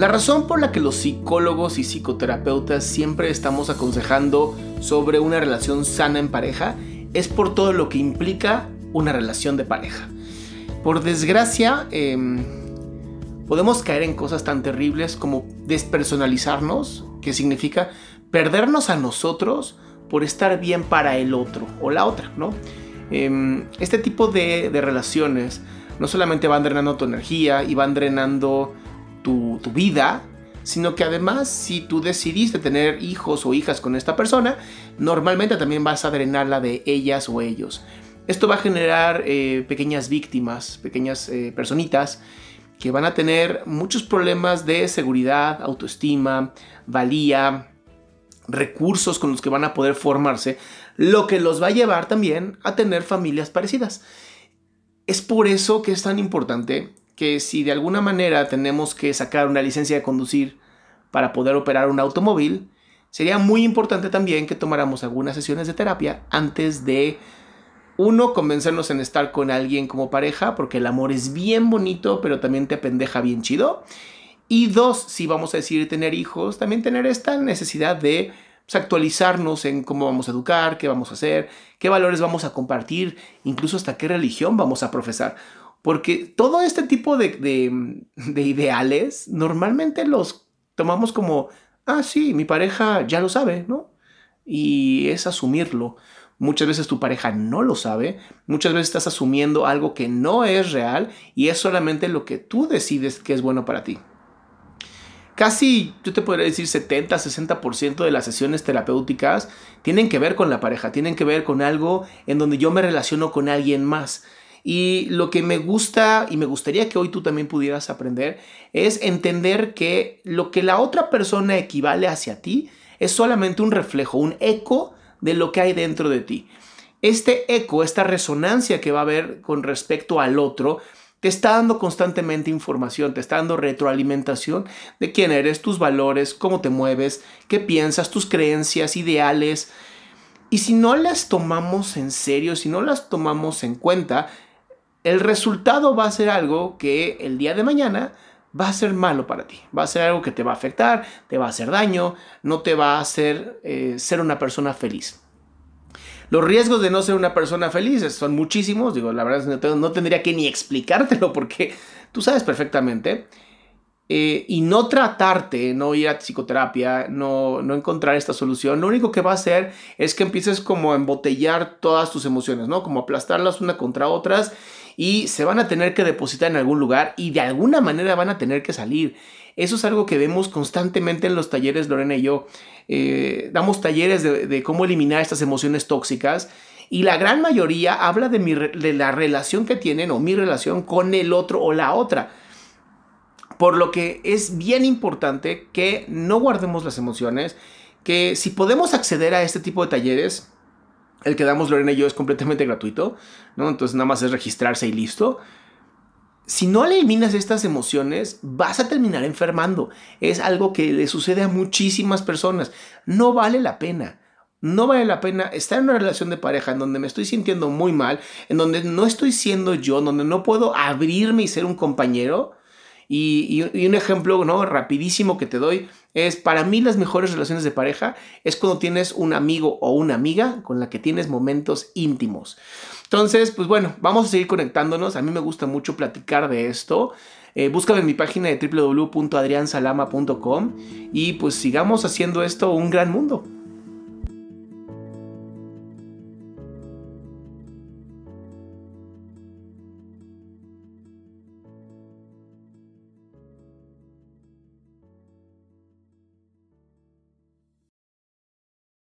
La razón por la que los psicólogos y psicoterapeutas siempre estamos aconsejando sobre una relación sana en pareja es por todo lo que implica una relación de pareja. Por desgracia, podemos caer en cosas tan terribles como despersonalizarnos, que significa perdernos a nosotros por estar bien para el otro o la otra, ¿no? Este tipo de relaciones no solamente van drenando tu energía y van drenando tu vida, sino que además, si tú decidiste tener hijos o hijas con esta persona, normalmente también vas a drenar la de ellas o ellos. Esto va a generar pequeñas víctimas, pequeñas personitas que van a tener muchos problemas de seguridad, autoestima, valía, recursos con los que van a poder formarse, lo que los va a llevar también a tener familias parecidas. Es por eso que es tan importante que si de alguna manera tenemos que sacar una licencia de conducir para poder operar un automóvil, sería muy importante también que tomáramos algunas sesiones de terapia antes de, uno, convencernos en estar con alguien como pareja, porque el amor es bien bonito, pero también te apendeja bien chido. Y dos, si vamos a decidir tener hijos, también tener esta necesidad de actualizarnos en cómo vamos a educar, qué vamos a hacer, qué valores vamos a compartir, incluso hasta qué religión vamos a profesar. Porque todo este tipo de ideales normalmente los tomamos como, sí, mi pareja ya lo sabe, ¿no? Y es asumirlo. Muchas veces tu pareja no lo sabe, muchas veces estás asumiendo algo que no es real y es solamente lo que tú decides que es bueno para ti. Casi, yo te podría decir 70-60% de las sesiones terapéuticas tienen que ver con la pareja, tienen que ver con algo en donde yo me relaciono con alguien más. Y lo que me gusta y me gustaría que hoy tú también pudieras aprender es entender que lo que la otra persona equivale hacia ti es solamente un reflejo, un eco de lo que hay dentro de ti. Este eco, esta resonancia que va a haber con respecto al otro, te está dando constantemente información, te está dando retroalimentación de quién eres, tus valores, cómo te mueves, qué piensas, tus creencias, ideales. Y si no las tomamos en serio, si no las tomamos en cuenta, el resultado va a ser algo que el día de mañana va a ser malo para ti. Va a ser algo que te va a afectar, te va a hacer daño, no te va a hacer ser una persona feliz. Los riesgos de no ser una persona feliz son muchísimos. Digo, la verdad es que no tendría que ni explicártelo porque tú sabes perfectamente. Y no tratarte, no ir a psicoterapia, no encontrar esta solución, lo único que va a hacer es que empieces como a embotellar todas tus emociones, ¿no? Como aplastarlas una contra otras y se van a tener que depositar en algún lugar y de alguna manera van a tener que salir. Eso es algo que vemos constantemente en los talleres, Lorena y yo. Damos talleres de cómo eliminar estas emociones tóxicas y la gran mayoría habla de la relación que tienen o mi relación con el otro o la otra. Por lo que es bien importante que no guardemos las emociones, que si podemos acceder a este tipo de talleres, el que damos Lorena y yo es completamente gratuito, ¿no? Entonces nada más es registrarse y listo. Si no eliminas estas emociones, vas a terminar enfermando. Es algo que le sucede a muchísimas personas. No vale la pena. No vale la pena estar en una relación de pareja en donde me estoy sintiendo muy mal, en donde no estoy siendo yo, en donde no puedo abrirme y ser un compañero. Y un ejemplo, ¿no?, rapidísimo que te doy es, para mí las mejores relaciones de pareja es cuando tienes un amigo o una amiga con la que tienes momentos íntimos. Entonces, pues bueno, vamos a seguir conectándonos. A mí me gusta mucho platicar de esto. Búscame en mi página de www.adriansalama.com y pues sigamos haciendo esto un gran mundo.